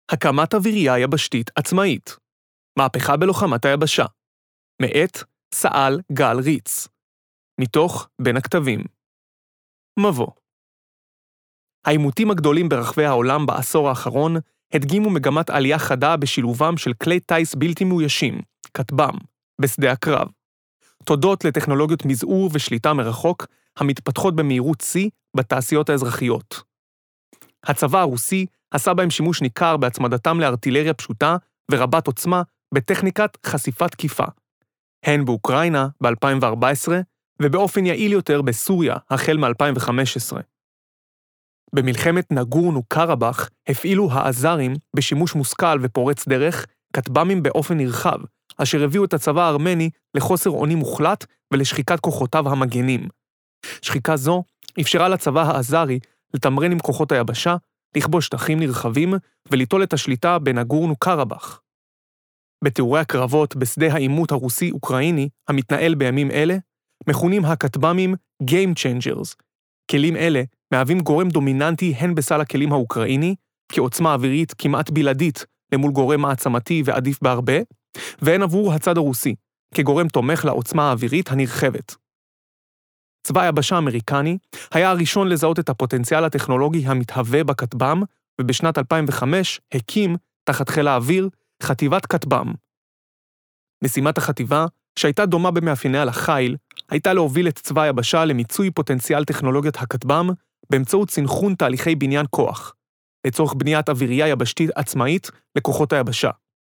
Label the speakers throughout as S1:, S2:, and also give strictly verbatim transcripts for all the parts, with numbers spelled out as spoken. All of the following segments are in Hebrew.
S1: הקמת אווירייה יבשתית עצמאית. מהפכה בלוחמת היבשה. מאת סא"ל גל ריץ. מתוך בין הכתבים. מבוא. העימותים הגדולים ברחבי העולם בעשור האחרון הדגימו מגמת עלייה חדה בשילובם של כלי טייס בלתי מאוישים, כטב"ם, בשדה הקרב. תודות לטכנולוגיות מזעור ושליטה מרחוק המתפתחות במהירות שיא בתעשיות האזרחיות. הצבא הרוסי עשה בהם שימוש ניכר בהצמדתם לארטילריה פשוטה ורבת עוצמה בטכניקת חשיפת תקיפה, הן באוקראינה ב-אלפיים וארבע עשרה ובאופן יעיל יותר בסוריה החל מ-אלפיים וחמש עשרה. במלחמת נגורנו קרבאח הפעילו האזרים בשימוש מושכל ופורץ דרך כטב"מים באופן נרחב, אשר הביאו את הצבא הארמני לחוסר אונים מוחלט ולשחיקת כוחותיו המגנים. שחיקה זו אפשרה לצבא האזרי לתמרן עם כוחות היבשה, לכבוש שטחים נרחבים וליטול את השליטה בנגורנו קרבאח. בתיאורי הקרבות בשדה העימות הרוסי-אוקראיני המתנהל בימים אלה, מכונים הכטב"מים Game Changers. כלים אלה מהווים גורם דומיננטי הן בסל הכלים האוקראיני, כעוצמה אווירית כמעט בלעדית למול גורם מעצמתי ועדיף בהרבה, והן עבור הצד הרוסי, כגורם תומך לעוצמה האווירית הנרחבת. צבא היבשה האמריקני היה הראשון לזהות את הפוטנציאל הטכנולוגי המתהווה בכטב"ם, ובשנת אלפיים וחמש הקים, תחת חיל האוויר, חטיבת כטב"ם. משימת החטיבה, שהייתה דומה במאפייניה לחיל, הייתה להוביל את צבא היבשה למיצוי פוטנציאל טכנולוגיית הכטב"ם באמצעות סנכרון תהליכי בניין כוח, לצורך בניית אווירייה יבשתית עצמאית לכוחות היבשה.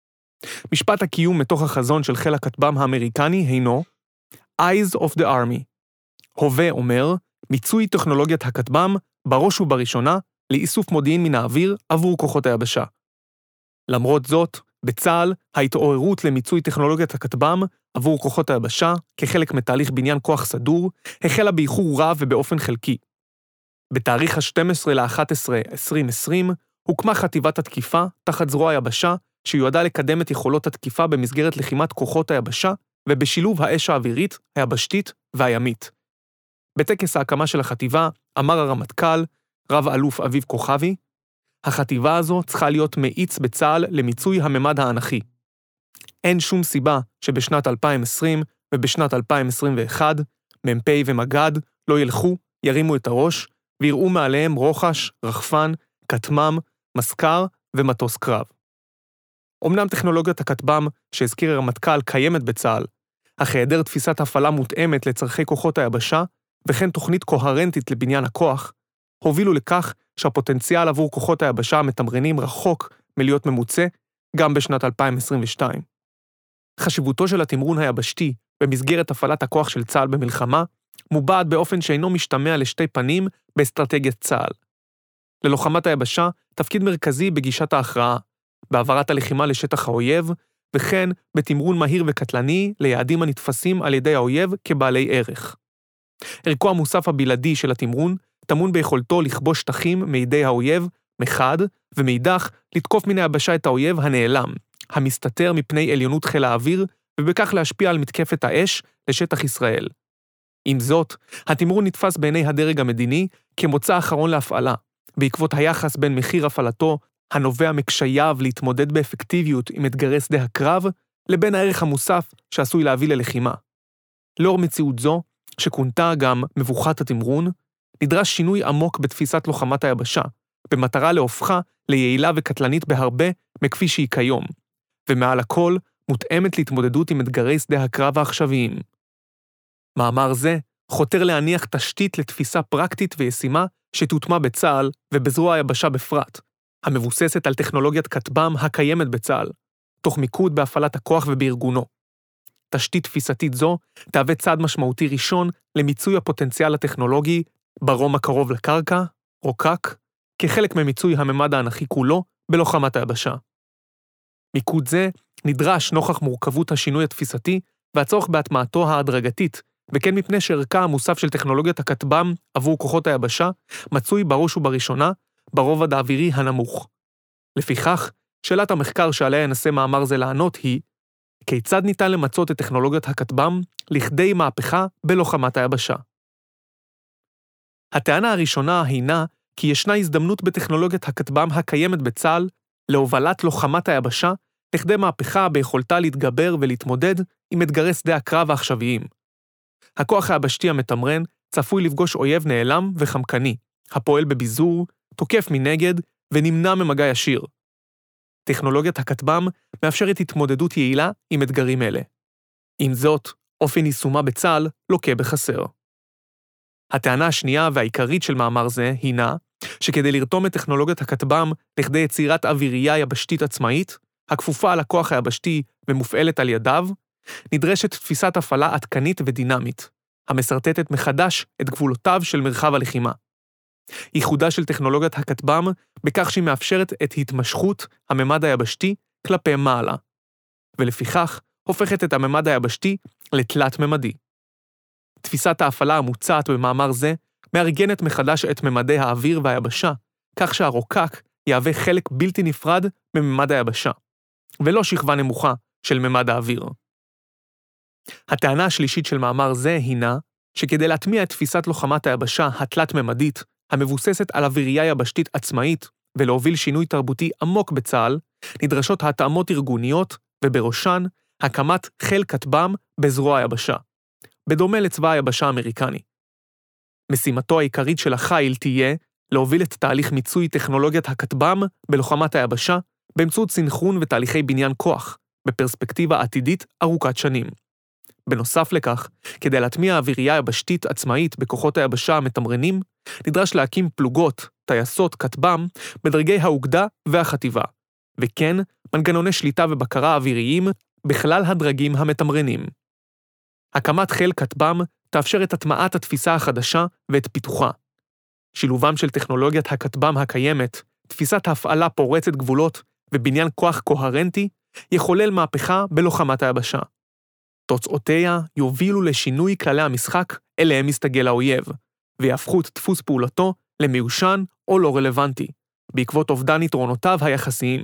S1: משפט הקיום מתוך החזון של חיל הכטב"ם האמריקני הינו Eyes of the Army. הווה אומר, מיצוי טכנולוגיית הכטב"ם בראש ובראשונה לאיסוף מודיעין מן האוויר עבור כוחות היבשה. למרות זאת, בצה"ל, ההתעוררות למיצוי טכנולוגיית הכטב"ם עבור כוחות היבשה, כחלק מתהליך בניין כוח סדור, החלה באיחור רב ובאופן חלקי. בתאריך ה-שנים עשר לאחד עשר עשרים עשרים, הוקמה חטיבת התקיפה תחת זרוע היבשה, שיועדה לקדם את יכולות התקיפה במסגרת לחימת כוחות היבשה, ובשילוב האש האווירית, היבשתית והימית. בטקס ההקמה של החטיבה, אמר הרמטכ"ל, רב אלוף אביב כוכבי, החטיבה הזו צריכה להיות מאיץ בצה"ל למיצוי הממד האנכי. אין שום סיבה שבשנת אלפיים ועשרים ובשנת אלפיים עשרים ואחת, מ"פ ומג"ד לא ילכו, ירימו את הראש, ויראו מעליהם רוחש, רחפן, כטמ"ם, מסקר ומטוס קרב. אמנם טכנולוגיית הכטב"ם שהזכיר הרמטכ"ל קיימת בצה"ל, אך היעדר תפיסת הפעלה מותאמת לצרכי כוחות היבשה, וכן תוכנית קוהרנטית לבניין הכוח, הובילו לכך שהפוטנציאל עבור כוחות היבשה המתמרנים רחוק מלהיות ממוצע גם בשנת אלפיים עשרים ושתיים. חשיבותו של התמרון היבשתי במסגרת הפעלת הכוח של צה"ל במלחמה, מובעת באופן שאינו משתמע לשתי פנים באסטרטגיית צה"ל. ללוחמת היבשה תפקיד מרכזי בגישת ההכרעה, בעברת הלחימה לשטח האויב, וכן בתמרון מהיר וקטלני ליעדים הנתפסים על ידי האויב כבעלי ערך. ערכו המוסף הבלעדי של התמרון טמון ביכולתו לכבוש שטחים מידי האויב מחד, ומאידך לתקוף מן היבשה את האויב הנעלם, המסתתר מפני עליונות חיל האוויר, ובכך להשפיע על מתקפת האש לשטח ישראל. עם זאת, התמרון נתפס בעיני הדרג המדיני כמוצא אחרון להפעלה, בעקבות היחס בין מחיר הפעלתו הנובע מקשייו להתמודד באפקטיביות עם אתגרי שדה הקרב, לבין הערך המוסף שעשוי להביא ללחימה. לאור מציאות זו, שכונתה גם מבוכת התמרון, נדרש שינוי עמוק בתפיסת לוחמת היבשה, במטרה להופכה ליעילה וקטלנית בהרבה מכפי שהיא כיום, ומעל הכל מותאמת להתמודדות עם אתגרי שדה הקרב העכשוויים. מאמר זה חותר להניח תשתית לתפיסה פרקטית וישימה שתוטמע בצה"ל ובזרוע היבשה בפרט, המבוססת על טכנולוגיית כטב"ם הקיימת בצה"ל, תוך מיקוד בהפעלת הכוח ובארגונו. תשתית תפיסתית זו תהווה צעד משמעותי ראשון למיצוי הפוטנציאל הטכנולוגי ברום הקרוב לקרקע, רוקק, כחלק ממיצוי הממד האנכי כולו בלוחמת היבשה. מיקוד זה נדרש נוכח מורכבות השינוי התפיסתי והצורך בהטמעתו ההדרגתית, וכן מפני שערכה המוסף של טכנולוגיית הכטב"ם עבור כוחות היבשה מצוי בראש ובראשונה ברובד האווירי הנמוך. לפיכך, שאלת המחקר שעליה ינסה מאמר זה לענות היא, כיצד ניתן למצות את טכנולוגיית הכטב"ם לכדי מהפכה בלוחמת היבשה? הטענה הראשונה הינה כי ישנה הזדמנות בטכנולוגיית הכטב"ם הקיימת בצה"ל להובלת לוחמת היבשה, לכדי מהפכה ביכולתה להתגבר ולהתמודד עם אתגרי שדה הקרב העכשוויים. הכוח היבשתי המתמרן צפוי לפגוש אויב נעלם וחמקני, הפועל בביזור, תוקף מנגד ונמנע ממגע ישיר. טכנולוגיית הכטב"ם מאפשרת התמודדות יעילה עם אתגרים אלה. עם זאת, אופן יישומה בצה"ל לוקה בחסר. הטענה השנייה והעיקרית של מאמר זה הינה שכדי לרתום את טכנולוגיית הכטב"ם לכדי יצירת אווירייה יבשתית עצמאית, הכפופה על הכוח היבשתי ומופעלת על ידיו, נדרשת תפיסת הפעלה עדכנית ודינמית, המסרטטת מחדש את גבולותיו של מרחב הלחימה. ייחודה של טכנולוגיית הכטב"ם בכך שהיא מאפשרת את התמשכות הממד היבשתי כלפי מעלה, ולפיכך הופכת את הממד היבשתי לתלת-ממדי. תפיסת ההפעלה המוצעת במאמר זה מארגנת מחדש את ממדי האוויר והיבשה, כך שהרוקק יהווה חלק בלתי נפרד מממד היבשה, ולא שכבה נמוכה של ממד האוויר. הטענה השלישית של מאמר זה הינה שכדי להטמיע את תפיסת לוחמת היבשה התלת-ממדית, המבוססת על אווירייה יבשתית עצמאית, ולהוביל שינוי תרבותי עמוק בצה"ל, נדרשות התאמות ארגוניות, ובראשן הקמת חיל כטב"ם בזרוע היבשה, בדומה לצבא היבשה האמריקני. משימתו העיקרית של החיל תהיה להוביל את תהליך מיצוי טכנולוגיית הכטב"ם בלוחמת היבשה, באמצעות סינכרון ותהליכי בניין כוח, בפרספקטיבה עתידית ארוכת שנים. בנוסף לכך, כדי להטמיע אווירייה יבשתית עצמאית בכוחות היבשה המתמרנים, נדרש להקים פלוגות, טייסות, כטב"ם, בדרגי האוגדה והחטיבה, וכן מנגנוני שליטה ובקרה אוויריים בכלל הדרגים המתמרנים. הקמת חיל כטב"ם תאפשר את הטמעת התפיסה החדשה ואת פיתוחה. שילובם של טכנולוגיית הכטב"ם הקיימת, תפיסת הפעלה פורצת גבולות ובניין כוח קוהרנטי, יחולל מהפכה בלוחמת היבשה. תוצאותיה יובילו לשינוי כללי המשחק אליהם מסתגל האויב, ויהפכו את דפוס פעולתו למיושן או לא רלוונטי, בעקבות אובדן יתרונותיו היחסיים.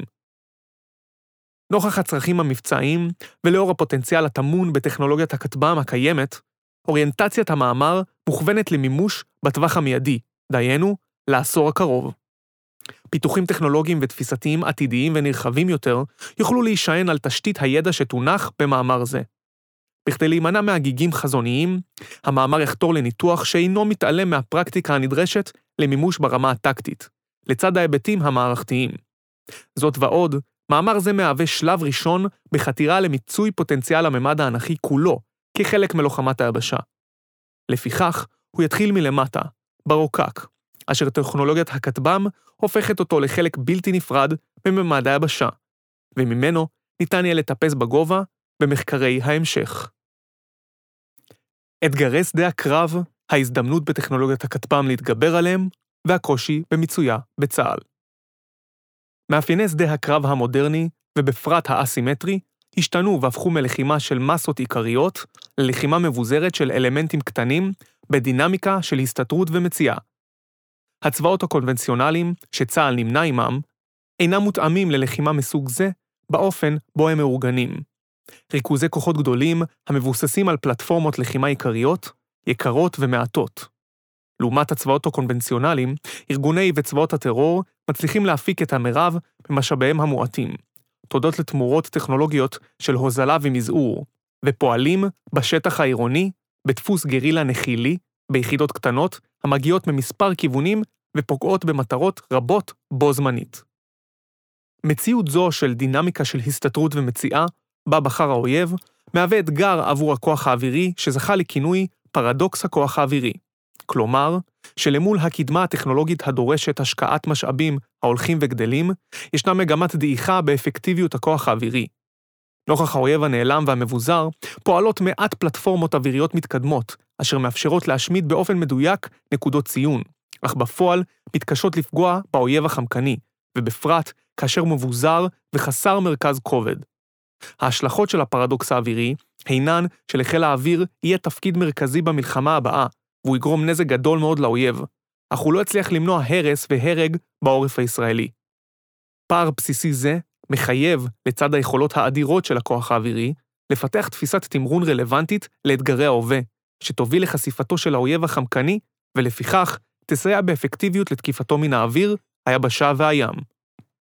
S1: נוכח הצרכים המבצעיים ולאור הפוטנציאל הטמון בטכנולוגיית הכטב"ם הקיימת, אוריינטציית המאמר מוכוונת למימוש בטווח המיידי, דיינו, לעשור הקרוב. פיתוחים טכנולוגיים ותפיסתיים עתידיים ונרחבים יותר יוכלו להישען על תשתית הידע שתונח במאמר זה. בכדי להימנע מהגיגים חזוניים, המאמר יחתור לניתוח שאינו מתעלם מהפרקטיקה הנדרשת למימוש ברמה הטקטית, לצד ההיבטים המערכתיים. זאת ועוד, מאמר זה מהווה שלב ראשון בחתירה למיצוי פוטנציאל הממד האנכי כולו, כחלק מלוחמת היבשה. לפיכך, הוא יתחיל מלמטה, ברוקק, אשר טכנולוגיית הכטב"ם הופכת אותו לחלק בלתי נפרד מממד היבשה, וממנו ניתן יהיה לטפס בגובה במחקרי ההמשך. אתגרי שדה הקרב, ההזדמנות בטכנולוגיית הכטב"ם להתגבר עליהם, והקושי במיצויה בצה"ל. מאפייני שדה הקרב המודרני, ובפרט האסימטרי, השתנו והפכו מלחימה של מסות עיקריות, ללחימה מבוזרת של אלמנטים קטנים, בדינמיקה של הסתתרות ומציאה. הצבאות הקונבנציונליים, שצה"ל נמנה עמם, אינם מותאמים ללחימה מסוג זה, באופן בו הם מאורגנים. ריכוזי כוחות גדולים המבוססים על פלטפורמות לחימה עיקריות, יקרות ומעטות. לעומת הצבאות הקונבנציונליים, ארגוני וצבאות הטרור מצליחים להפיק את המרב במשאביהם המועטים, תודות לתמורות טכנולוגיות של הוזלה ומזעור, ופועלים בשטח העירוני, בדפוס גרילה נחילי, ביחידות קטנות, המגיעות ממספר כיוונים ופוגעות במטרות רבות בו זמנית. מציאות זו של דינמיקה של הסתתרות ומציאה, בה בחר האויב, מהווה אתגר עבור הכוח האווירי שזכה לכינוי פרדוקס הכוח האווירי. כלומר, שלמול הקדמה הטכנולוגית הדורשת השקעת משאבים ההולכים וגדלים, ישנה מגמת דעיכה באפקטיביות הכוח האווירי. נוכח האויב הנעלם והמבוזר, פועלות מעט פלטפורמות אוויריות מתקדמות, אשר מאפשרות להשמיד באופן מדויק נקודות ציון, אך בפועל מתקשות לפגוע באויב החמקני, ובפרט כאשר מבוזר וחסר מרכז כובד. ההשלכות של הפרדוקס האווירי הינן שלחיל האוויר יהיה תפקיד מרכזי במלחמה הבאה, והוא יגרום נזק גדול מאוד לאויב, אך הוא לא יצליח למנוע הרס והרג בעורף הישראלי. פער בסיסי זה מחייב, לצד היכולות האדירות של הכוח האווירי, לפתח תפיסת תמרון רלוונטית לאתגרי ההווה, שתוביל לחשיפתו של האויב החמקני, ולפיכך תסייע באפקטיביות לתקיפתו מן האוויר, היבשה והים.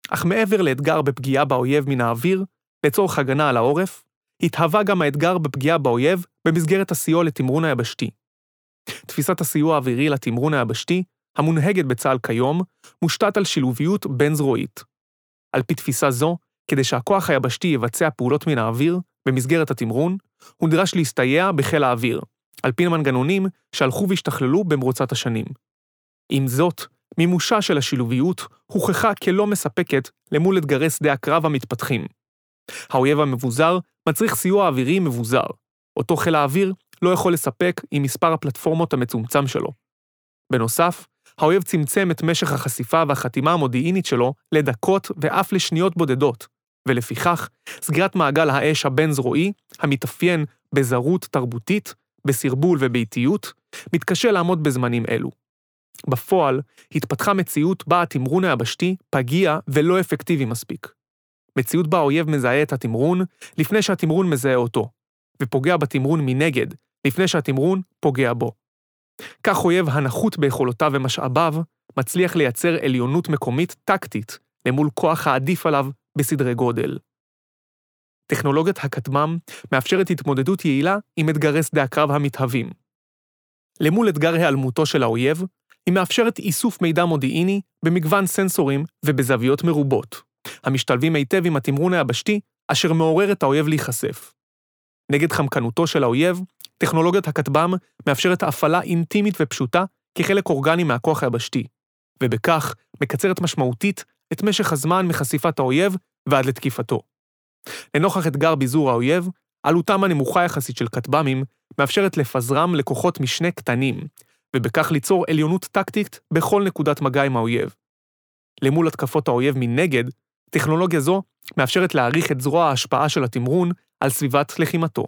S1: אך מעבר לאתגר בפגיעה באויב מן האוויר, לצורך הגנה על העורף, התהווה גם האתגר בפגיעה באויב במסגרת הסיוע לתמרון היבשתי. תפיסת הסיוע האווירי לתמרון היבשתי, המונהגת בצה"ל כיום, מושתת על שילוביות בין-זרועית. על פי תפיסה זו, כדי שהכוח היבשתי יבצע פעולות מן האוויר במסגרת התמרון, הוא נדרש להסתייע בחיל האוויר, על פי מנגנונים שהלכו והשתכללו במרוצת השנים. עם זאת, מימושה של השילוביות הוכחה כלא מספקת למול אתגרי שדה הקרב המתפתחים. האויב המבוזר מצריך סיוע אווירי מבוזר. אותו חיל האוויר לא יכול לספק עם מספר הפלטפורמות המצומצם שלו. בנוסף, האויב צמצם את משך החשיפה והחתימה המודיעינית שלו לדקות ואף לשניות בודדות, ולפיכך, סגירת מעגל האש הבין-זרועי, המתאפיין בזרות תרבותית, בסרבול ובאיטיות, מתקשה לעמוד בזמנים אלו. בפועל, התפתחה מציאות בה התמרון היבשתי פגיע ולא אפקטיבי מספיק. מציאות בה האויב מזהה את התמרון לפני שהתמרון מזהה אותו, ופוגע בתמרון מנגד לפני שהתמרון פוגע בו. כך אויב הנחות ביכולותיו ומשאביו מצליח לייצר עליונות מקומית טקטית למול כוח העדיף עליו בסדרי גודל. טכנולוגיית הכטב"ם מאפשרת התמודדות יעילה עם אתגרי שדה הקרב המתהווים. למול אתגר היעלמותו של האויב, היא מאפשרת איסוף מידע מודיעיני במגוון סנסורים ובזוויות מרובות, המשתלבים היטב עם התמרון היבשתי אשר מעורר את האויב להיחשף. נגד חמקנותו של האויב, טכנולוגיית הכטב"ם מאפשרת הפעלה אינטימית ופשוטה כחלק אורגני מהכוח היבשתי, ובכך מקצרת משמעותית את משך הזמן מחשיפת האויב ועד לתקיפתו. לנוכח אתגר ביזור האויב, עלותם הנמוכה יחסית של כטב"מים מאפשרת לפזרם לכוחות משנה קטנים, ובכך ליצור עליונות טקטית בכל נקודת מגע עם האויב. למול התקפות האויב מנגד, טכנולוגיה זו מאפשרת להעריך את זרוע ההשפעה של התמרון על סביבת לחימתו.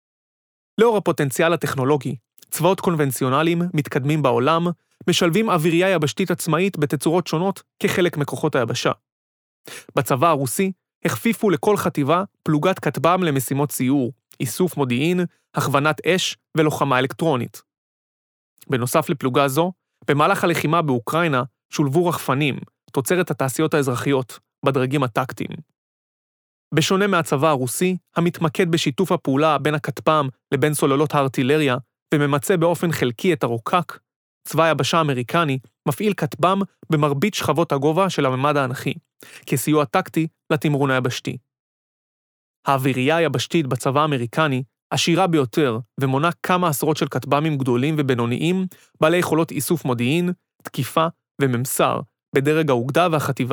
S1: לאור הפוטנציאל הטכנולוגי, צבאות קונבנציונליים מתקדמים בעולם, משלבים אווירייה יבשתית עצמאית בתצורות שונות כחלק מכוחות היבשה. בצבא הרוסי הכפיפו לכל חטיבה פלוגת כטב"ם למשימות ציור, איסוף מודיעין, הכוונת אש ולוחמה אלקטרונית. בנוסף לפלוגה זו, במהלך הלחימה באוקראינה שולבו רחפנים, תוצרת התעשיות האזרחיות, בדרגים הטקטיים. בשונה מהצבא הרוסי, המתמקד בשיתוף הפעולה בין הכטב"ם לבין סוללות הארטילריה, וממצא באופן חלקי את הרוקק, צבא היבשה האמריקני מפעיל כטב"ם במרבית שכבות הגובה של הממד האנכי, כסיוע טקטי לתמרון היבשתי. האווירייה היבשתית בצבא האמריקני עשירה ביותר ומונה כמה עשרות של כטב"מים גדולים ובינוניים, בעלי יכולות איסוף מודיעין, תקיפה וממסר בדרג האוגדה והחטיבה.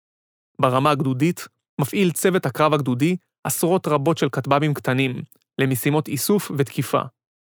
S1: ברמה הגדודית מפעיל צוות הקרב הגדודי עשרות רבות של כטב"מים קטנים, למשימות איסוף ותקיפה.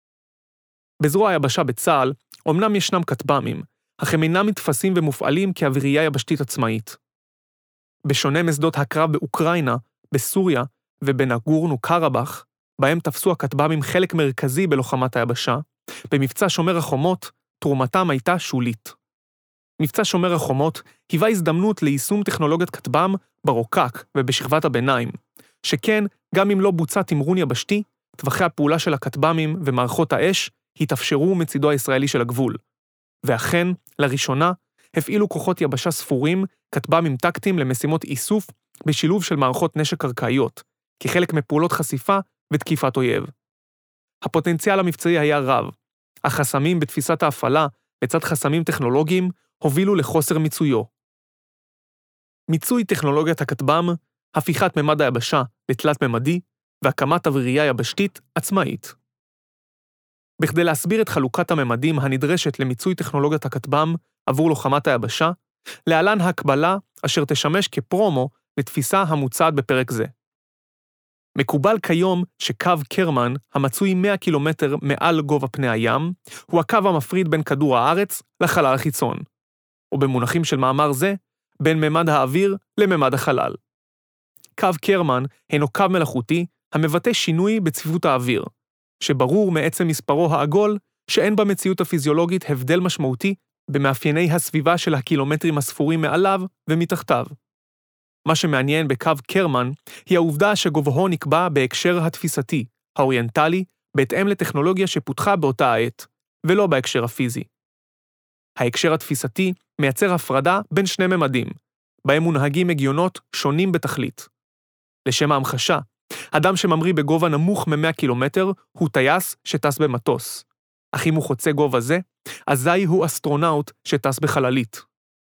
S1: בזרוע היבשה בצה"ל, אמנם ישנם כטב"מים, אך הם אינם מתפסים ומופעלים כאווירייה יבשתית עצמאית. בשונה משדות הקרב באוקראינה, בסוריה ובנגורנו קרבאח, בהם תפסו הכטב"מים חלק מרכזי בלוחמת היבשה, במבצע שומר החומות תרומתם הייתה שולית. מבצע שומר החומות היווה הזדמנות ליישום טכנולוגיית כטב"ם ברוקק ובשכבת הביניים, שכן גם אם לא בוצע תמרון יבשתי, טווחי הפעולה של הכטב"מים ומערכות האש התאפשרו מצידו הישראלי של הגבול. ואכן, לראשונה, הפעילו כוחות יבשה ספורים כטב"מים טקטיים למשימות איסוף בשילוב של מערכות נשק קרקעיות, כחלק מפעולות חשיפה ותקיפת אויב. הפוטנציאל המבצעי היה רב. החסמים בתפיסת ההפעלה, לצד חסמים טכנולוגיים, הובילו לחוסר מיצויו. מיצוי טכנולוגיית הכטב"ם, הפיכת ממד היבשה לתלת-ממדי, והקמת אווירייה יבשתית עצמאית. בכדי להסביר את חלוקת הממדים הנדרשת למיצוי טכנולוגיית הכטב"ם עבור לוחמת היבשה, להלן הקבלה אשר תשמש כפרומו לתפיסה המוצעת בפרק זה. מקובל כיום שקו קרמן, המצוי מאה קילומטר מעל גובה פני הים, הוא הקו המפריד בין כדור הארץ לחלל החיצון, או במונחים של מאמר זה, בין ממד האוויר לממד החלל. קו קרמן הינו קו מלאכותי המבטא שינוי בצפיפות האוויר, שברור מעצם מספרו העגול שאין במציאות הפיזיולוגית הבדל משמעותי במאפייני הסביבה של הקילומטרים הספורים מעליו ומתחתיו. מה שמעניין בקו קרמן היא העובדה שגובהו נקבע בהקשר התפיסתי, האוריינטלי, בהתאם לטכנולוגיה שפותחה באותה העת, ולא בהקשר הפיזי. ההקשר התפיסתי מייצר הפרדה בין שני ממדים, בהם מונהגים הגיונות שונים בתכלית. לשם ההמחשה, אדם שממריא בגובה נמוך מ-מאה קילומטר הוא טייס שטס במטוס. אך אם הוא חוצה גובה זה, אזי הוא אסטרונאוט שטס בחללית.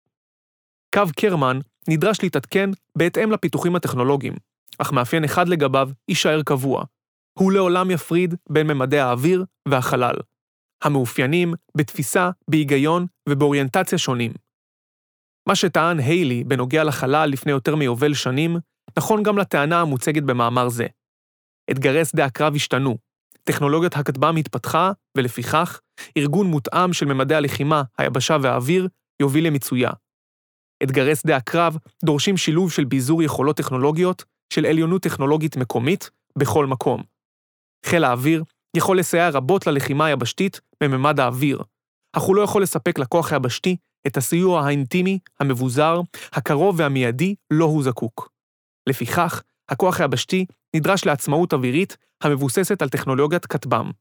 S1: קו קרמן נדרש להתעדכן בהתאם לפיתוחים הטכנולוגיים, אך מאפיין אחד לגביו יישאר קבוע. הוא לעולם יפריד בין ממדי האוויר והחלל, המאופיינים בתפיסה, בהיגיון ובאוריינטציה שונים. מה שטען היילי בנוגע לחלל לפני יותר מיובל שנים, נכון גם לטענה המוצגת במאמר זה. אתגרי שדה הקרב השתנו, טכנולוגיית הכטב"ם התפתחה, ולפיכך, ארגון מותאם של ממדי הלחימה, היבשה והאוויר, יוביל למיצויה. אתגרי שדה הקרב דורשים שילוב של ביזור יכולות טכנולוגיות, של עליונות טכנולוגית מקומית, בכל מקום. חיל האוויר יכול לסייע רבות ללחימה היבשתית בממד האוויר, אך הוא לא יכול לספק לכוח היבשתי את הסיוע האינטימי, המבוזר, הקרוב והמיידי לא הוא זקוק. לפיכך, הכוח היבשתי נדרש לעצמאות אווירית המבוססת על טכנולוגיית כטב"ם.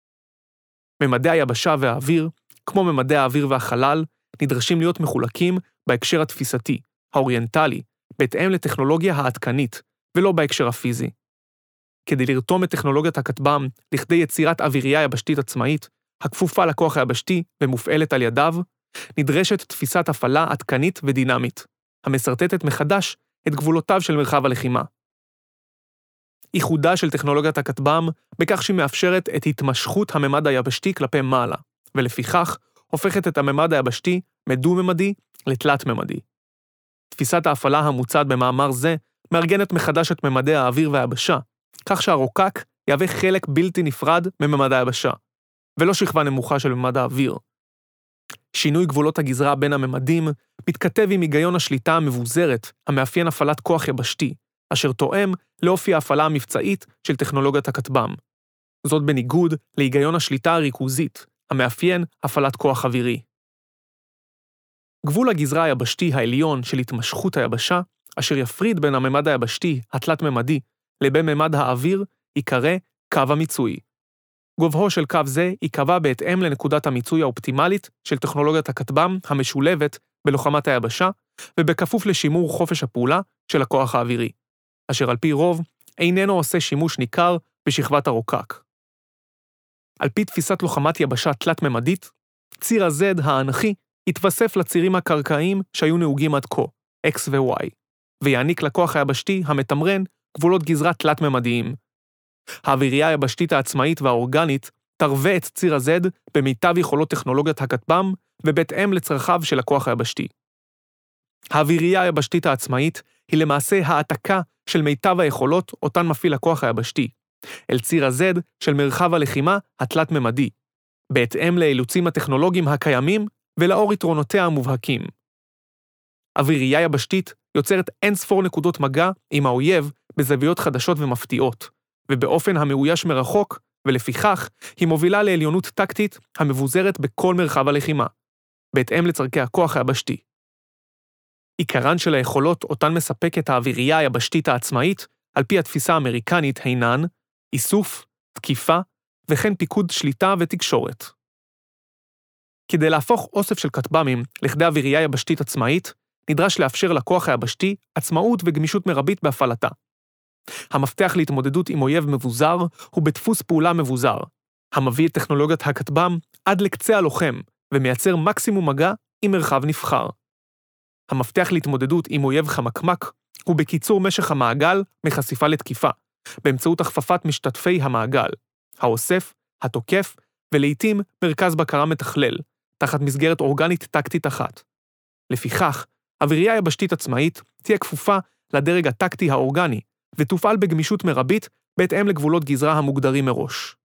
S1: ממדי היבשה והאוויר, כמו ממדי האוויר והחלל, נדרשים להיות מחולקים בהקשר התפיסתי, האוריינטלי, בהתאם לטכנולוגיה העדכנית, ולא בהקשר הפיזי. כדי לרתום את טכנולוגיית הכטב"ם לכדי יצירת אווירייה יבשתית עצמאית, הכפופה לכוח היבשתי ומופעלת על ידיו, נדרשת תפיסת הפעלה עדכנית ודינמית, המסרטטת מחדש את גבולותיו של מרחב הלחימה. ייחודה של טכנולוגיית הכטב"ם בכך שהיא מאפשרת את התמשכות הממד היבשתי כלפי מעלה, ולפיכך הופכת את הממד היבשתי מדו-ממדי לתלת-ממדי. תפיסת ההפעלה המוצעת במאמר זה מארגנת מחדש את ממדי האוויר והיבשה, כך שהרוקק יהווה חלק בלתי נפרד מממד היבשה, ולא שכבה נמוכה של ממד האוויר. שינוי גבולות הגזרה בין הממדים מתכתב עם היגיון השליטה המבוזרת המאפיין הפעלת כוח יבשתי, אשר תואם לאופי ההפעלה המבצעית של טכנולוגיית הכטב"ם. זאת בניגוד להיגיון השליטה הריכוזית, המאפיין הפעלת כוח אווירי. גבול הגזרה היבשתי העליון של התמשכות היבשה, אשר יפריד בין הממד היבשתי התלת-ממדי לבין ממד האוויר, יקרא קו המיצוי. גובהו של קו זה ייקבע בהתאם לנקודת המיצוי האופטימלית של טכנולוגיית הכטב"ם המשולבת בלוחמת היבשה, ובכפוף לשימור חופש הפעולה של הכוח האווירי, אשר על פי רוב איננו עושה שימוש ניכר בשכבת הרוקק. על פי תפיסת לוחמת יבשה תלת-ממדית, ציר ה-Z האנכי יתווסף לצירים הקרקעיים שהיו נהוגים עד כה, X ו-Y, ויעניק לכוח היבשתי המתמרן גבולות גזרה תלת-ממדיים. האווירייה היבשתית העצמאית והאורגנית תרווה את ציר ה-Z במיטב יכולות טכנולוגיית הכטב"ם ובהתאם לצרכיו של הכוח היבשתי. האווירייה היבשתית העצמאית היא למעשה העתקה של מיטב היכולות אותן מפעיל הכוח היבשתי, אל ציר ה-Z של מרחב הלחימה התלת-ממדי, בהתאם לאילוצים הטכנולוגיים הקיימים ולאור יתרונותיה המובהקים. אווירייה יבשתית יוצרת אין ספור נקודות מגע עם האויב בזוויות חדשות ומפתיעות, ובאופן המאויש מרחוק, ולפיכך היא מובילה לעליונות טקטית המבוזרת בכל מרחב הלחימה, בהתאם לצרכי הכוח היבשתי. עיקרן של היכולות אותן מספקת האווירייה היבשתית העצמאית, על פי התפיסה האמריקנית הינן, איסוף, תקיפה, וכן פיקוד שליטה ותקשורת. כדי להפוך אוסף של כטב"מים לכדי אווירייה יבשתית עצמאית, נדרש לאפשר לכוח היבשתי עצמאות וגמישות מרבית בהפעלתה. המפתח להתמודדות עם אויב מבוזר הוא בדפוס פעולה מבוזר, המביא את טכנולוגיית הכטב"ם עד לקצה הלוחם ומייצר מקסימום מגע עם מרחב נבחר. המפתח להתמודדות עם אויב חמקמק הוא בקיצור משך המעגל מחשיפה לתקיפה, באמצעות הכפפת משתתפי המעגל, האוסף, התוקף ולעיתים מרכז בקרה מתכלל, תחת מסגרת אורגנית טקטית אחת. לפיכך, אווירייה יבשתית עצמאית תהיה כפופה לדרג הטקטי האורגני, ותופעל בגמישות מרבית בהתאם לגבולות גזרה המוגדרים מראש.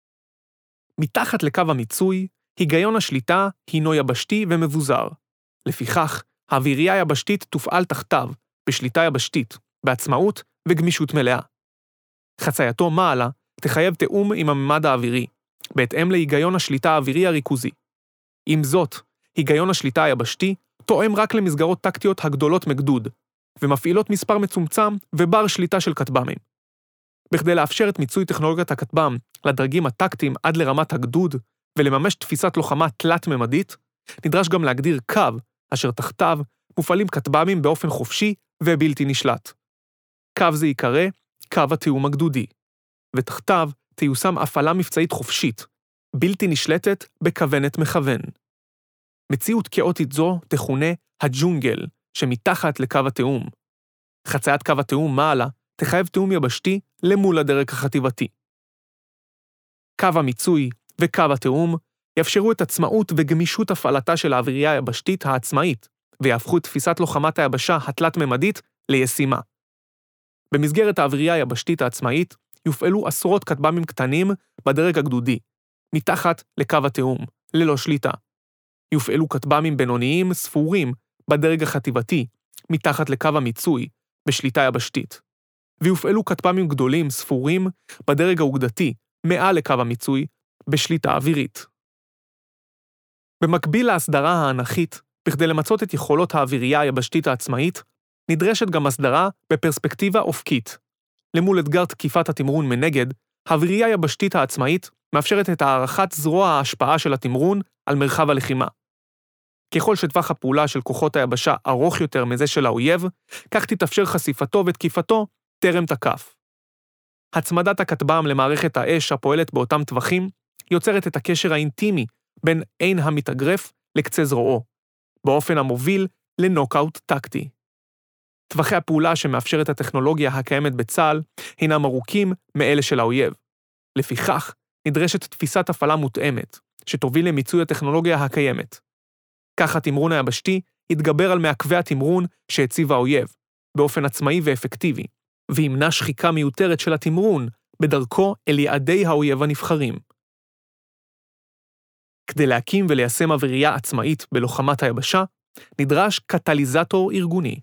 S1: מתחת לקו המיצוי, היגיון השליטה הינו יבשתי ומבוזר. לפיכך, האווירייה היבשתית תופעל תחתיו, בשליטה יבשתית, בעצמאות וגמישות מלאה. חצייתו מעלה תחייב תאום עם הממד האווירי, בהתאם להיגיון השליטה האווירי הריכוזי. עם זאת, היגיון השליטה היבשתי תואם רק למסגרות טקטיות הגדולות מגדוד, ומפעילות מספר מצומצם ובר שליטה של כטב"מים. בכדי לאפשר את מיצוי טכנולוגיית הכטב"ם לדרגים הטקטיים עד לרמת הגדוד, ולממש תפיסת לוחמה תלת-ממדית, נדרש גם להגדיר קו אשר תחתיו מופעלים כטב"מים באופן חופשי ובלתי נשלט. קו זה יקרא קו התיאום הגדודי, ותחתיו תיושם הפעלה מבצעית חופשית, בלתי נשלטת בכוונת מכוון. מציאות כאוטית זו תכונה הג'ונגל, שמתחת לקו התיאום. חציית קו התיאום מעלה תחייב תיאום יבשתי למול הדרג החטיבתי. קו המיצוי וקו התיאום יאפשרו את עצמאות וגמישות הפעלתה של האווירייה היבשתית העצמאית, ויהפכו את תפיסת לוחמת היבשה התלת-ממדית לישימה. במסגרת האווירייה היבשתית העצמאית יופעלו עשרות כטב"מים קטנים בדרג הגדודי, מתחת לקו התיאום, ללא שליטה. יופעלו כטב"מים בינוניים ספורים בדרג החטיבתי, מתחת לקו המיצוי, בשליטה יבשתית. ויופעלו כטב"מים גדולים ספורים בדרג האוגדתי, מעל לקו המיצוי, בשליטה אווירית. במקביל להסדרה האנכית, בכדי למצות את יכולות האווירייה היבשתית העצמאית, נדרשת גם הסדרה בפרספקטיבה אופקית. למול אתגר תקיפת התמרון מנגד, האווירייה היבשתית העצמאית מאפשרת את הערכת זרוע ההשפעה של התמרון על מרחב הלחימה. ככל שטווח הפעולה של כוחות היבשה ארוך יותר מזה של האויב, כך תתאפשר חשיפתו ותקיפתו טרם תקף. הצמדת הכטב"ם למערכת האש הפועלת באותם טווחים, יוצרת את הקשר האינטימי בין עין המתאגרף לקצה זרועו, באופן המוביל לנוקאוט טקטי. טווחי הפעולה שמאפשרת הטכנולוגיה הקיימת בצה"ל הינם ארוכים מאלה של האויב. לפיכך, נדרשת תפיסת הפעלה מותאמת, שתוביל למיצוי הטכנולוגיה הקיימת. כך התמרון היבשתי יתגבר על מעכבי התמרון שהציב האויב, באופן עצמאי ואפקטיבי, וימנע שחיקה מיותרת של התמרון בדרכו אל יעדי האויב הנבחרים. כדי להקים וליישם אווירייה עצמאית בלוחמת היבשה, נדרש קטליזטור ארגוני.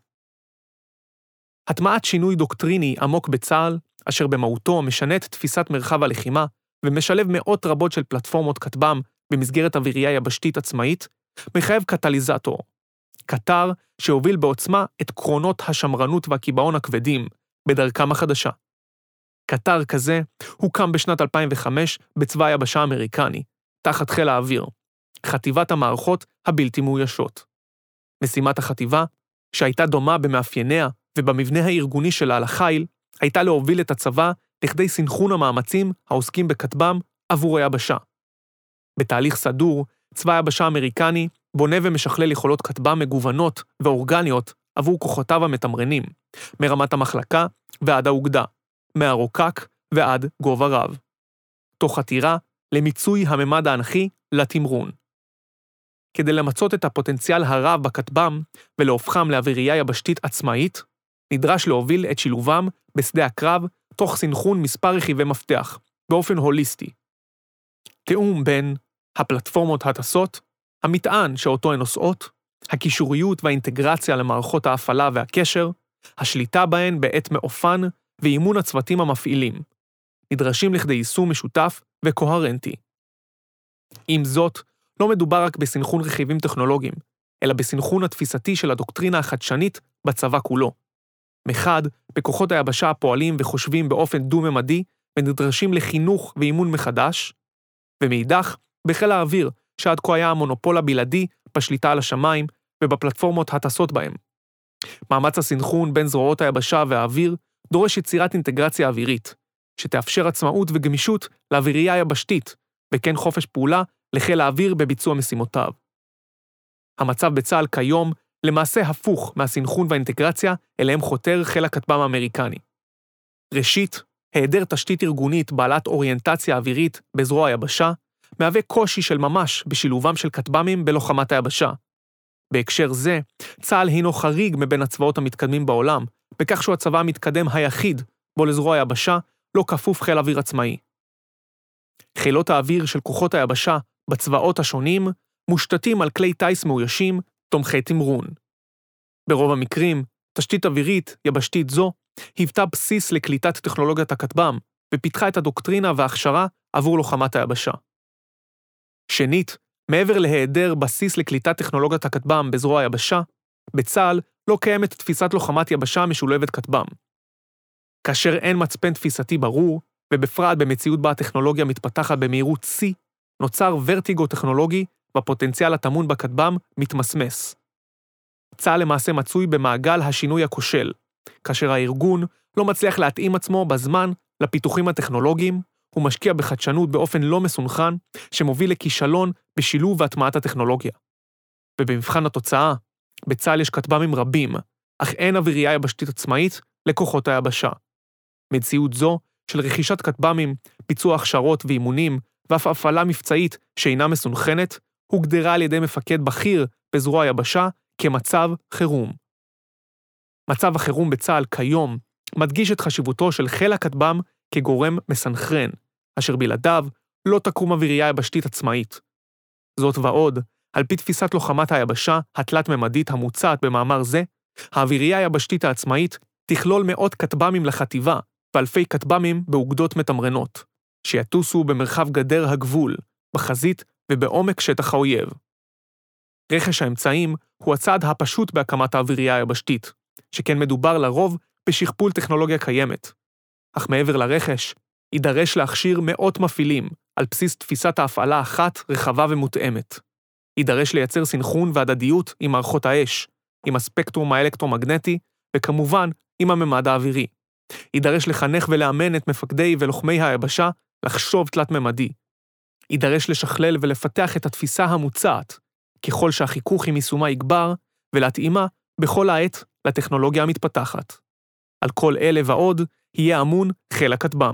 S1: הטמעת שינוי דוקטריני עמוק בצה"ל, אשר במהותו משנה את תפיסת מרחב הלחימה, ומשלב מאות רבות של פלטפורמות כטב"ם במסגרת אווירייה יבשתית עצמאית, מחייב קטליזטור. קטר שהוביל בעוצמה את קרונות השמרנות והקיבעון הכבדים בדרכם החדשה. קטר כזה הוקם בשנת אלפיים וחמש בצבא היבשה האמריקני, תחת חיל האוויר, חטיבת המערכות הבלתי מאוישות. משימת החטיבה, שהייתה דומה במאפייניה ובמבנה הארגוני שלה לחיל, הייתה להוביל את הצבא לכדי סנכרון המאמצים העוסקים בכטב"ם עבור היבשה. בתהליך סדור, צבא היבשה האמריקני בונה ומשכלל יכולות כטב"ם מגוונות ואורגניות עבור כוחותיו המתמרנים, מרמת המחלקה ועד האוגדה, מהרוקק ועד גובה רב. תוך חתירה למיצוי הממד האנכי לתמרון. כדי למצות את הפוטנציאל הרב בכטב"ם ולהופכם לאווירייה יבשתית עצמאית, נדרש להוביל את שילובם בשדה הקרב תוך סנכרון מספר רכיבי מפתח, באופן הוליסטי. תאום בין הפלטפורמות הטסות, המטען שאותו הן נושאות, הקישוריות והאינטגרציה למערכות ההפעלה והקשר, השליטה בהן בעת מאופן ואימון הצוותים המפעילים, נדרשים לכדי יישום משותף וקוהרנטי. עם זאת, לא מדובר רק בסנכרון רכיבים טכנולוגיים, אלא בסנכרון התפיסתי של הדוקטרינה החדשנית בצבא כולו. מחד, בכוחות היבשה הפועלים וחושבים באופן דו-ממדי ונדרשים לחינוך ואימון מחדש, ומאידך, בחיל האוויר, שעד כה היה המונופול הבלעדי בשליטה על השמיים ובפלטפורמות הטסות בהם. מאמץ הסנכרון בין זרועות היבשה והאוויר דורש יצירת אינטגרציה אווירית, שתאפשר עצמאות וגמישות לאווירייה היבשתית, וכן חופש פעולה לחיל האוויר בביצוע משימותיו. המצב בצה"ל כיום למעשה הפוך מהסנכרון והאינטגרציה אליהם חותר חיל הכטב"ם האמריקני. ראשית, היעדר תשתית ארגונית בעלת אוריינטציה אווירית בזרוע היבשה, מהווה קושי של ממש בשילובם של כטב"מים בלוחמת היבשה. בהקשר זה, צה"ל הינו חריג מבין הצבאות המתקדמים בעולם, בכך שהוא הצבא המתקדם היחיד בו לזרוע היבשה לא כפוף חיל אוויר עצמאי. חילות האוויר של כוחות היבשה בצבאות השונים מושתתים על כלי טייס מאוישים, תומכי תמרון. ברוב המקרים, תשתית אווירית יבשתית זו היוותה בסיס לקליטת טכנולוגיית הכטב"ם, ופיתחה את הדוקטרינה וההכשרה עבור לוחמת היבשה. שנית, מעבר להיעדר בסיס לקליטת טכנולוגיית הכטב"ם בזרוע היבשה, בצה"ל לא קיימת תפיסת לוחמת יבשה משולבת כטב"ם. כאשר אין מצפן תפיסתי ברור, ובפרט במציאות בה הטכנולוגיה מתפתחת במהירות C, נוצר ורטיגו טכנולוגי והפוטנציאל הטמון בכטב"ם מתמסמס. צה"ל למעשה מצוי במעגל השינוי הכושל, כאשר הארגון לא מצליח להתאים עצמו בזמן לפיתוחים הטכנולוגיים, הוא משקיע בחדשנות באופן לא מסונכן, שמוביל לכישלון בשילוב והטמעת הטכנולוגיה. ובמבחן התוצאה, בצה"ל יש כטב"מים רבים, אך אין אווירייה יבשתית עצמאית לכוחות היבשה. מציאות זו של רכישת כטב"מים, ביצוע הכשרות ואימונים, ואף הפעלה מבצעית שאינה מסונכנת, הוגדרה על ידי מפקד בכיר בזרוע היבשה כמצב חירום. מצב החירום בצה"ל כיום מדגיש את חשיבותו של חיל הכטב"ם כגורם מסנכרן, אשר בלעדיו לא תקום אווירייה יבשתית עצמאית. זאת ועוד, על פי תפיסת לוחמת היבשה התלת-ממדית המוצעת במאמר זה, האווירייה היבשתית העצמאית תכלול מאות כטב"מים לחטיבה ואלפי כטב"מים באוגדות מתמרנות, שיטוסו במרחב גדר הגבול, בחזית ובעומק שטח האויב. רכש האמצעים הוא הצעד הפשוט בהקמת האווירייה היבשתית, שכן מדובר לרוב בשכפול טכנולוגיה קיימת. אך מעבר לרכש, יידרש להכשיר מאות מפעילים על בסיס תפיסת ההפעלה אחת רחבה ומותאמת. יידרש לייצר סינכרון והדדיות עם מערכות האש, עם הספקטרום האלקטרומגנטי, וכמובן עם הממד האווירי. יידרש לחנך ולאמן את מפקדי ולוחמי היבשה לחשוב תלת-ממדי. יידרש לשכלל ולפתח את התפיסה המוצעת, ככל שהחיכוך עם יישומה יגבר, ולהתאימה בכל העת לטכנולוגיה המתפתחת. על כל אלה ועוד יהיה אמון חיל הכטב"ם.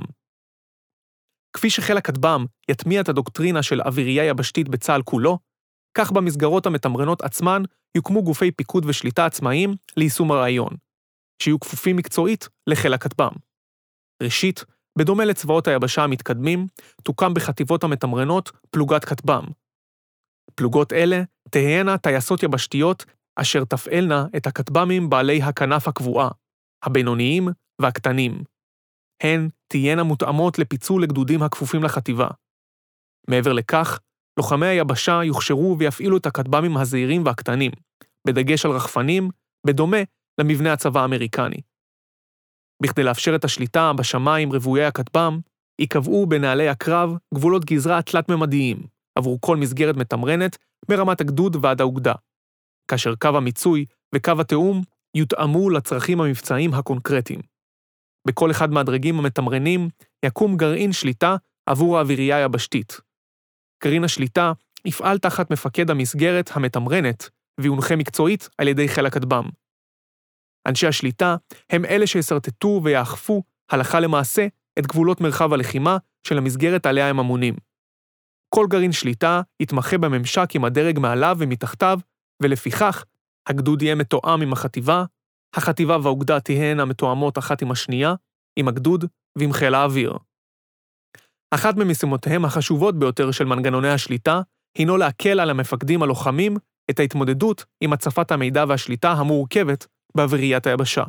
S1: כפי שחיל הכטב"ם יטמיע את הדוקטרינה של אווירייה יבשתית בצה"ל כולו, כך במסגרות המתמרנות עצמן יוקמו גופי פיקוד ושליטה עצמאיים ליישום הרעיון, שיהיו כפופים מקצועית לחיל הכטב"ם. ראשית, בדומה לצבאות היבשה המתקדמים, תוקם בחטיבות המתמרנות פלוגת כטב"ם. פלוגות אלה תהיינה טייסות יבשתיות אשר תפעלנה את הכטב"מים בעלי הכנף הקבועה, הבינוניים והקטנים. הן תהיינה מותאמות לפיצול לגדודים הכפופים לחטיבה. מעבר לכך, לוחמי היבשה יוכשרו ויפעילו את הכטב"מים הזעירים והקטנים, בדגש על רחפנים, בדומה למבנה הצבא האמריקני. בכדי לאפשר את השליטה בשמיים רבויי הכטב"ם, יקבעו בנהלי הקרב גבולות גזרה תלת-ממדיים, עבור כל מסגרת מתמרנת מרמת הגדוד ועד האוגדה, כאשר קו המיצוי וקו התאום יותאמו לצרכים המבצעיים הקונקרטיים. בכל אחד מהדרגים המתמרנים יקום גרעין שליטה עבור האווירייה היבשתית. גרעין השליטה יפעל תחת מפקד המסגרת המתמרנת ויונחה מקצועית על ידי חיל הכטב"ם. אנשי השליטה הם אלה שיסרטטו ויאכפו הלכה למעשה את גבולות מרחב הלחימה של המסגרת עליה הם אמונים. כל גרעין שליטה יתמחה בממשק עם הדרג מעליו ומתחתיו, ולפיכך הגדוד יהיה מתואם עם החטיבה, החטיבה והאוגדה תהיינה מתואמות אחת עם השנייה, עם הגדוד ועם חיל האוויר. אחת ממשימותיהם החשובות ביותר של מנגנוני השליטה, הינו להקל על המפקדים הלוחמים את ההתמודדות עם הצפת המידע והשליטה המורכבת באוויריית היבשה.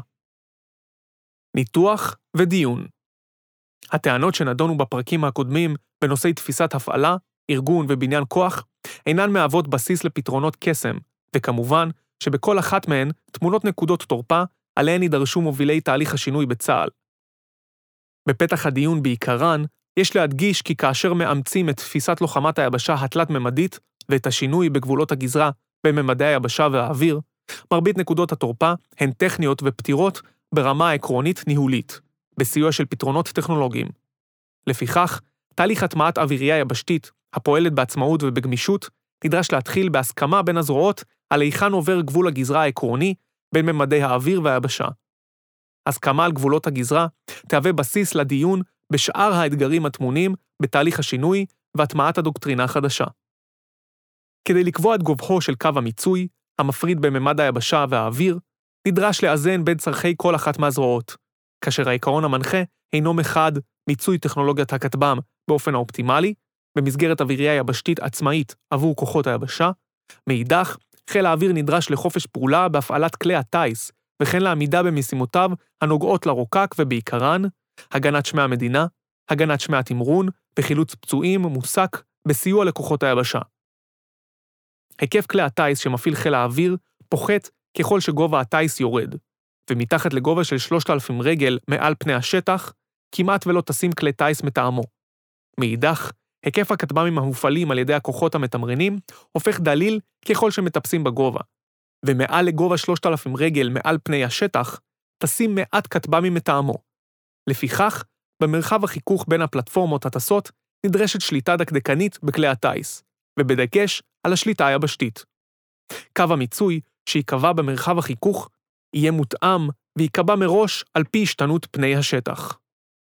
S1: ניתוח ודיון. הטענות שנדונו בפרקים הקודמים בנושאי תפיסת הפעלה, ארגון ובניין כוח, אינן מהוות בסיס לפתרונות קסם, וכמובן שבכל אחת מהן תמונות נקודות תורפה עליהן יידרשו מובילי תהליך השינוי בצה"ל. בפתח הדיון בעיקרן, יש להדגיש כי כאשר מאמצים את תפיסת לוחמת היבשה התלת-ממדית ואת השינוי בגבולות הגזרה בממדי היבשה והאוויר, מרבית נקודות התורפה הן טכניות ופתירות ברמה העקרונית ניהולית, בסיוע של פתרונות טכנולוגיים. לפיכך, תהליך הטמעת אווירייה יבשתית, הפועלת בעצמאות ובגמישות, נדרש להתחיל בהסכמה בין הזרועות על היכן עובר גבול הגזרה העקרוני בין ממדי האוויר והיבשה. הסכמה על גבולות הגזרה תהווה בסיס לדיון בשאר האתגרים הטמונים בתהליך השינוי והטמעת הדוקטרינה החדשה. כדי לקבוע את גובהו של קו המיצוי, המפריד בין ממד היבשה והאוויר, נדרש לאזן בין צרכי כל אחת מהזרועות, כאשר העיקרון המנחה אינו מחד מיצוי טכנולוגיית הכטב"ם באופן האופטימלי, במסגרת אווירייה יבשתית עצמאית עבור כוחות היבשה, מאידך, חיל האוויר נדרש לחופש פעולה בהפעלת כלי הטייס, וכן לעמידה במשימותיו הנוגעות לרוקק ובעיקרן, הגנת שמי המדינה, הגנת שמי התמרון וחילוץ פצועים מוסק בסיוע לכוחות היבשה. היקף כלי הטייס שמפעיל חיל האוויר פוחת ככל שגובה הטייס יורד, ומתחת לגובה של שלושת אלפים רגל מעל פני השטח, כמעט ולא תשים כלי טייס מטעמו. מאידך, היקף הכטב"מים המופעלים על ידי הכוחות המתמרנים הופך דליל ככל שמטפסים בגובה, ומעל לגובה שלושת אלפים רגל מעל פני השטח, טסים מעט כטב"מים מטעמו. לפיכך, במרחב החיכוך בין הפלטפורמות הטסות, נדרשת שליטה דקדקנית בכלי הטייס, ובדגש על השליטה היבשתית. קו המיצוי שיקבע במרחב החיכוך יהיה מותאם ויקבע מראש על פי השתנות פני השטח.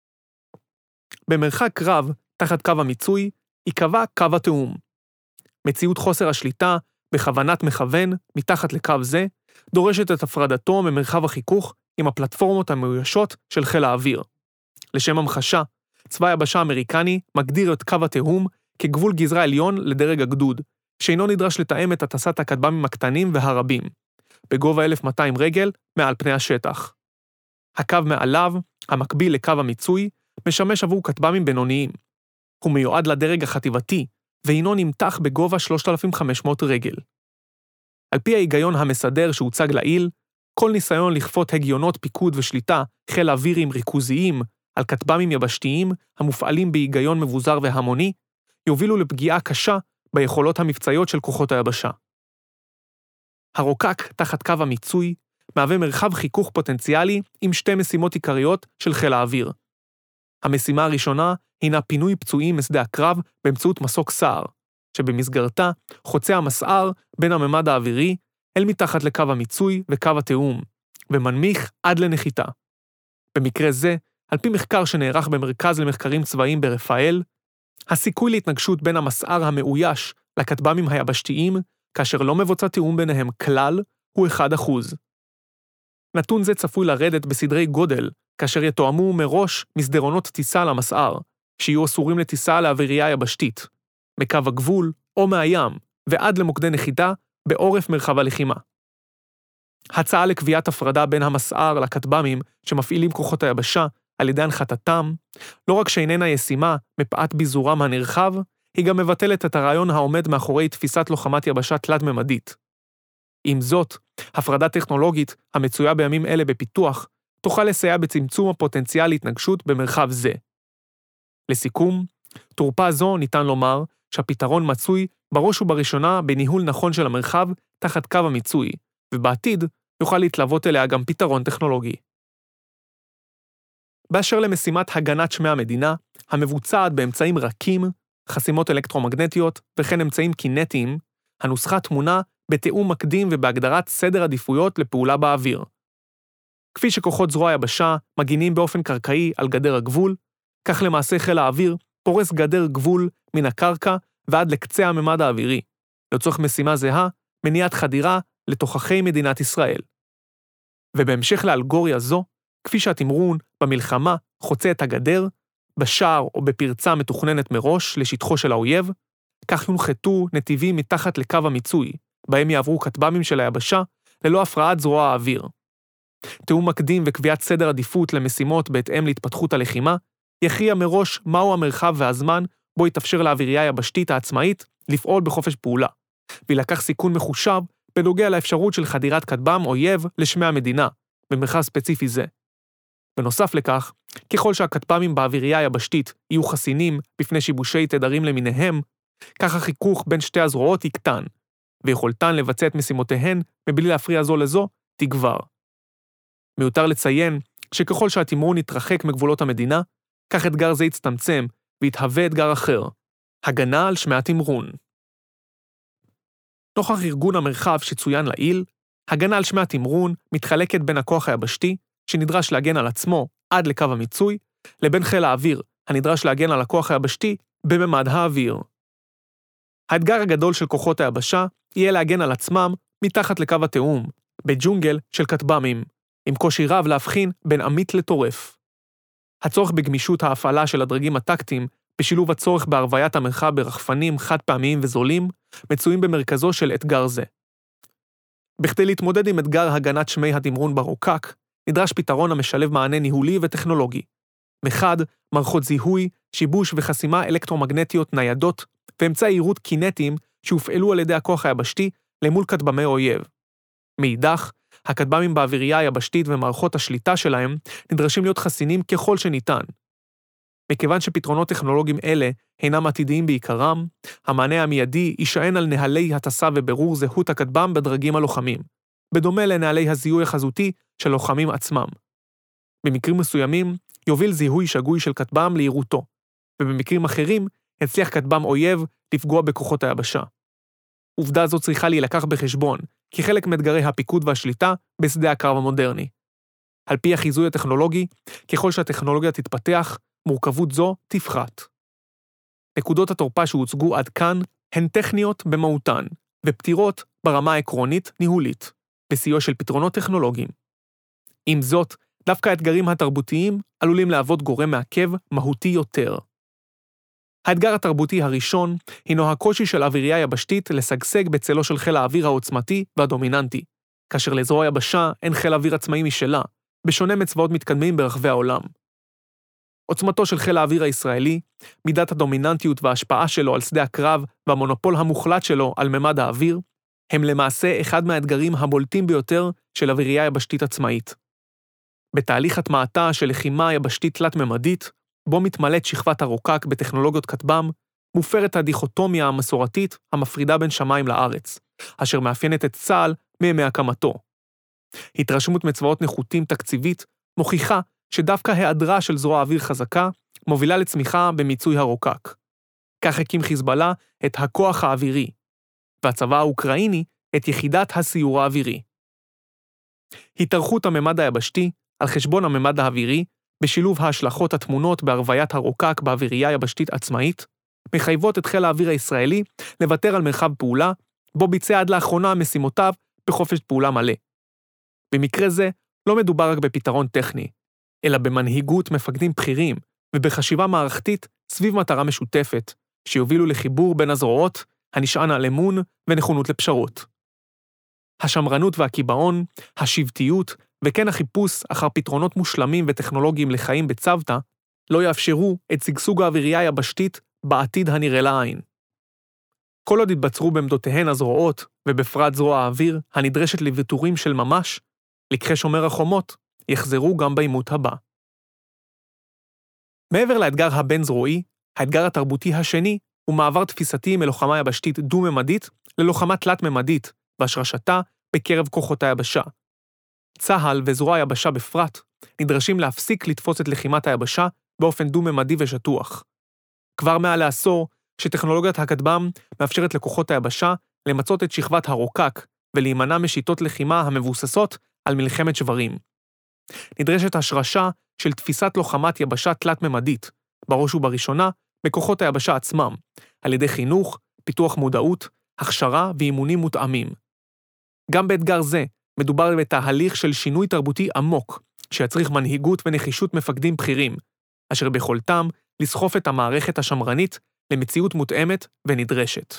S1: במרחק רב, תחת קו המיצוי, יקבע קו התאום. מציאות חוסר השליטה, בכוונת מכוון, מתחת לקו זה, דורשת את הפרדתו ממרחב החיכוך עם הפלטפורמות המאוישות של חיל האוויר. לשם המחשה, צבא היבשה האמריקני מגדיר את קו התאום כגבול גזרה עליון לדרג הגדוד, שאינו נדרש לתאם את הטסת הכטב"מים הקטנים והרבים, בגובה אלף ומאתיים רגל מעל פני השטח. הקו מעליו, המקביל לקו המיצוי, משמש עבור כטב"מים בינוניים. הוא מיועד לדרג החטיבתי, והינו נמתח בגובה שלושת אלפים וחמש מאות רגל. על פי ההיגיון המסדר שהוצג לעיל, כל ניסיון לכפות הגיונות פיקוד ושליטה חיל אווירים ריכוזיים על כטב"מים יבשתיים המופעלים בהיגיון מבוזר והמוני, יובילו לפגיעה קשה ביכולות המבצעיות של כוחות היבשה. הרוקק תחת קו המיצוי מהווה מרחב חיכוך פוטנציאלי עם שתי משימות עיקריות של חיל האוויר. המשימה הראשונה הינה פינוי פצועים משדה הקרב באמצעות מסוק סער, שבמסגרתה חוצה המסער בין הממד האווירי אל מתחת לקו המיצוי וקו התאום, ומנמיך עד לנחיתה. במקרה זה, על פי מחקר שנערך במרכז למחקרים צבאיים ברפאל, הסיכוי להתנגשות בין המסער המאויש לכטב"מים היבשתיים, כאשר לא מבוצע תאום ביניהם כלל, הוא אחד אחוז. נתון זה צפוי לרדת בסדרי גודל, כאשר יתואמו מראש מסדרונות טיסה למסער, שיהיו אסורים לטיסה לאווירייה יבשתית, מקו הגבול או מהים, ועד למוקדי נחיתה בעורף מרחב הלחימה. הצעה לקביעת הפרדה בין המסער לכטב"מים שמפעילים כוחות היבשה על ידי הנחתתם, לא רק שאיננה ישימה מפאת ביזורם הנרחב, היא גם מבטלת את הרעיון העומד מאחורי תפיסת לוחמת יבשה תלת-ממדית. עם זאת, הפרדה טכנולוגית המצויה בימים אלה בפיתוח, תוכל לסייע בצמצום הפוטנציאל להתנגשות במרחב זה. לסיכום, תורפה זו ניתן לומר שהפתרון מצוי בראש ובראשונה בניהול נכון של המרחב תחת קו המיצוי, ובעתיד יוכל להתלוות אליה גם פתרון טכנולוגי. באשר למשימת הגנת שמי המדינה, המבוצעת באמצעים רכים, חסימות אלקטרומגנטיות וכן אמצעים קינטיים, הנוסחה תמונה בתיאום מקדים ובהגדרת סדר עדיפויות לפעולה באוויר. כפי שכוחות זרוע היבשה מגינים באופן קרקעי על גדר הגבול, כך למעשה חיל האוויר פורס גדר גבול מן הקרקע ועד לקצה הממד האווירי, לצורך משימה זהה, מניעת חדירה לתוככי מדינת ישראל. ובהמשך לאלגוריה זו, כפי שהתמרון במלחמה חוצה את הגדר, בשער או בפרצה מתוכננת מראש לשטחו של האויב, כך יונחתו נתיבים מתחת לקו המיצוי, בהם יעברו כטב"מים של היבשה, ללא הפרעת זרוע האוויר. תיאום מקדים וקביעת סדר עדיפות למשימות בהתאם להתפתחות הלחימה, יכריע מראש מהו המרחב והזמן בו יתאפשר לאווירייה היבשתית העצמאית לפעול בחופש פעולה, וילקח סיכון מחושב בנוגע לאפשרות של חדירת כטב"ם אויב לשמי המדינה, במרחב ספציפי זה. בנוסף לכך, ככל שהכטב"מים באווירייה היבשתית יהיו חסינים בפני שיבושי תדרים למיניהם, כך החיכוך בין שתי הזרועות יקטן, ויכולתן לבצע את משימותיהן מבלי להפריע זו לזו, תגבר. מיותר לציין שככל שהתמרון יתרחק מגבולות המדינה, כך אתגר זה יצטמצם ויתהווה אתגר אחר, הגנה על שמי התמרון. נוכח ארגון המרחב שצוין לעיל, הגנה על שמי התמרון מתחלקת בין הכוח היבשתי, שנדרש להגן על עצמו עד לקו המיצוי, לבין חיל האוויר, הנדרש להגן על הכוח היבשתי בממד האוויר. האתגר הגדול של כוחות היבשה יהיה להגן על עצמם מתחת לקו התאום, בג'ונגל של כטב"מים, עם קושי רב להבחין בין עמית לטורף. הצורך בגמישות ההפעלה של הדרגים הטקטיים, בשילוב הצורך בהרוויית המרחב ברחפנים חד פעמיים וזולים, מצויים במרכזו של אתגר זה. בכדי להתמודד עם אתגר הגנת שמי התמרון ברוקק, נדרש פתרון המשלב מענה ניהולי וטכנולוגי. מחד, מערכות זיהוי, שיבוש וחסימה אלקטרומגנטיות ניידות, ואמצעי עירות קינטיים שהופעלו על ידי הכוח היבשתי למול כטב"מי אויב. מאידך, הכטב"מים באווירייה היבשתית ומערכות השליטה שלהם נדרשים להיות חסינים ככל שניתן. מכיוון שפתרונות טכנולוגיים אלה אינם עתידיים בעיקרם, המענה המיידי יישען על נהלי הטסה ובירור זהות הכטב"ם בדרגים הלוחמים, בדומה לנהלי הזיהוי החזותי של לוחמים עצמם. במקרים מסוימים, יוביל זיהוי שגוי של כטב"ם לעירותו, ובמקרים אחרים, הצליח כטב"ם אויב לפגוע בכוחות היבשה. עובדה זו צריכה להילקח בחשבון, כחלק מאתגרי הפיקוד והשליטה בשדה הקרב המודרני. על פי החיזוי הטכנולוגי, ככל שהטכנולוגיה תתפתח, מורכבות זו תפחת. נקודות התורפה שהוצגו עד כאן הן טכניות במהותן, ופתירות ברמה העקרונית ניהולית, בסיוע של פתרונות טכנולוגיים. עם זאת, דווקא האתגרים התרבותיים עלולים להוות גורם מעכב מהותי יותר. האתגר התרבותי הראשון הינו הקושי של אווירייה יבשתית לשגשג בצלו של חיל האוויר העוצמתי והדומיננטי, כאשר לזרוע יבשה אין חיל אוויר עצמאי משלה, בשונה מצבאות מתקדמים ברחבי העולם. עוצמתו של חיל האוויר הישראלי, מידת הדומיננטיות וההשפעה שלו על שדה הקרב והמונופול המוחלט שלו על ממד האוויר, הם למעשה אחד מהאתגרים הבולטים ביותר של אווירייה יבשתית עצמאית. בתהליך הטמעתה של לחימה יבשתית תלת-ממדית, בו מתמלאת שכבת הרוקק בטכנולוגיות כטב"ם, מופרת הדיכוטומיה המסורתית המפרידה בין שמיים לארץ, אשר מאפיינת את צה"ל מימי הקמתו. התרשמות מצבאות נחותים תקציבית מוכיחה שדווקא היעדרה של זרוע אוויר חזקה מובילה לצמיחה במיצוי הרוקק. כך הקים חיזבאללה את הכוח האווירי, והצבא האוקראיני את יחידת הסיור האווירי. התארכות הממד היבשתי על חשבון הממד האווירי, בשילוב ההשלכות התמונות בהרוויית הרוקק באווירייה יבשתית עצמאית, מחייבות את חיל האוויר הישראלי לוותר על מרחב פעולה, בו ביצע עד לאחרונה משימותיו בחופש פעולה מלא. במקרה זה לא מדובר רק בפתרון טכני, אלא במנהיגות מפקדים בכירים ובחשיבה מערכתית סביב מטרה משותפת, שיובילו לחיבור בין הזרועות, הנשען על אמון ונכונות לפשרות. השמרנות והקיבעון, השבטיות וכן החיפוש אחר פתרונות מושלמים וטכנולוגיים לחיים בצוותא, לא יאפשרו את שגשוג האווירייה היבשתית בעתיד הנראה לעין. כל עוד יתבצרו בעמדותיהן הזרועות, ובפרט זרוע האוויר, הנדרשת לוויתורים של ממש, לקחי שומר החומות, יחזרו גם בעימות הבא. מעבר לאתגר הבין-זרועי, האתגר התרבותי השני הוא מעבר תפיסתי מלוחמה יבשתית דו-ממדית ללוחמה תלת-ממדית, והשרשתה בקרב כוחות היבשה. צה"ל וזרוע היבשה בפרט נדרשים להפסיק לתפוס את לחימת היבשה באופן דו-ממדי ושטוח. כבר מעל לעשור שטכנולוגיית הכטב"ם מאפשרת לכוחות היבשה למצות את שכבת הרוקק ולהימנע משיטות לחימה המבוססות על מלחמת שברים. נדרשת השרשה של תפיסת לוחמת יבשה תלת-ממדית, בראש ובראשונה בכוחות היבשה עצמם, על ידי חינוך, פיתוח מודעות, הכשרה ואימונים מותאמים. גם באתגר זה מדובר בתהליך של שינוי תרבותי עמוק, שיצריך מנהיגות ונחישות מפקדים בכירים, אשר ביכולתם לסחוף את המערכת השמרנית למציאות מותאמת ונדרשת.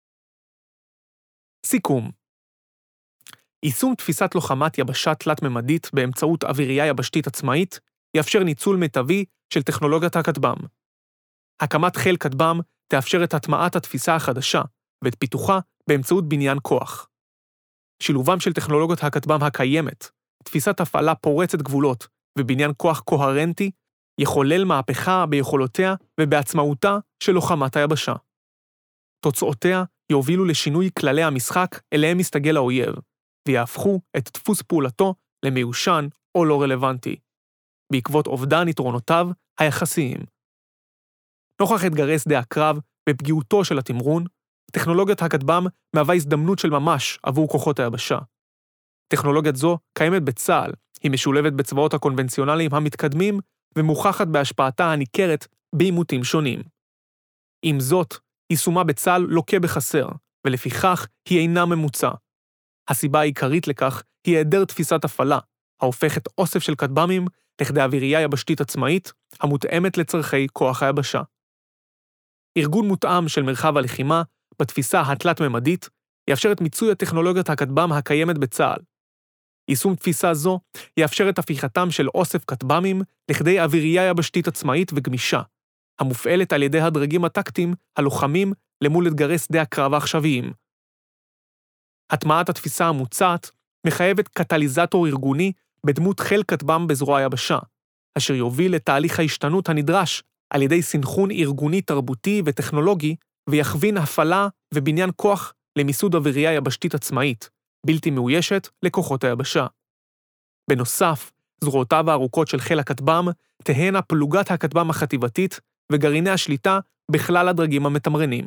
S1: סיכום. יישום תפיסת לוחמת יבשה תלת-ממדית באמצעות אווירייה יבשתית עצמאית יאפשר ניצול מיטבי של טכנולוגיית הכטב"ם. הקמת חיל כטב"ם תאפשר את הטמעת התפיסה החדשה ואת פיתוחה באמצעות בניין כוח. שילובם של טכנולוגיות הכטב"ם הקיימת, תפיסת הפעלה פורצת גבולות ובניין כוח קוהרנטי, יחולל מהפכה ביכולותיה ובעצמאותה של לוחמת היבשה. תוצאותיה יובילו לשינוי כללי המשחק אליהם מסתגל האויב, ויהפכו את דפוס פעולתו למיושן או לא רלוונטי, בעקבות אובדן יתרונותיו היחסיים. נוכח אתגרי שדה הקרב ופגיעותו של התמרון, טכנולוגיית הכטב"ם מהווה הזדמנות של ממש עבור כוחות היבשה. טכנולוגיית זו קיימת בצה"ל, היא משולבת בצבאות הקונבנציונליים המתקדמים ומוכחת בהשפעתה הניכרת בעימותים שונים. עם זאת, יישומה בצה"ל לוקה בחסר, ולפיכך היא אינה ממוצע. הסיבה העיקרית לכך היא היעדר תפיסת הפעלה, ההופכת אוסף של כטב"מים לכדי אווירייה יבשתית עצמאית, המותאמת לצרכי כוח היבשה. ארגון מותאם של מרחב הלחימה, בתפיסה התלת-ממדית, יאפשר את מיצוי הטכנולוגיית הכטב"ם הקיימת בצה"ל. יישום תפיסה זו יאפשר את הפיכתם של אוסף כטב"מים לכדי אווירייה יבשתית עצמאית וגמישה, המופעלת על ידי הדרגים הטקטיים הלוחמים למול אתגרי שדה הקרב העכשוויים. הטמעת התפיסה המוצעת מחייבת קטליזטור ארגוני בדמות חיל כטב"ם בזרוע היבשה, אשר יוביל לתהליך ההשתנות הנדרש על ידי סנכרון ארגוני תרבותי וטכנולוגי, ויכווין הפעלה ובניין כוח למיסוד אווירייה יבשתית עצמאית, בלתי מאוישת לכוחות היבשה. בנוסף, זרועותיו הארוכות של חיל הכטב"ם תהיינה פלוגת הכטב"ם החטיבתית וגרעיני השליטה בכלל הדרגים המתמרנים.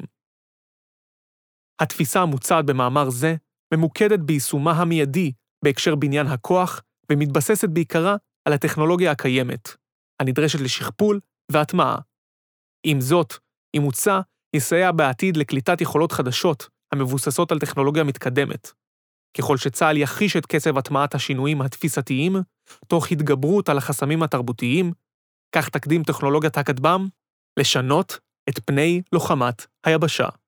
S1: התפיסה המוצעת במאמר זה ממוקדת ביישומה המיידי בהקשר בניין הכוח ומתבססת בעיקרה על הטכנולוגיה הקיימת, הנדרשת לשכפול והטמעה. עם זאת, אימוצה יסייע בעתיד לקליטת יכולות חדשות המבוססות על טכנולוגיה מתקדמת. ככל שצה"ל יחיש את קצב הטמעת השינויים התפיסתיים, תוך התגברות על החסמים התרבותיים, כך תקדים טכנולוגיית הכטב"ם לשנות את פני לוחמת היבשה.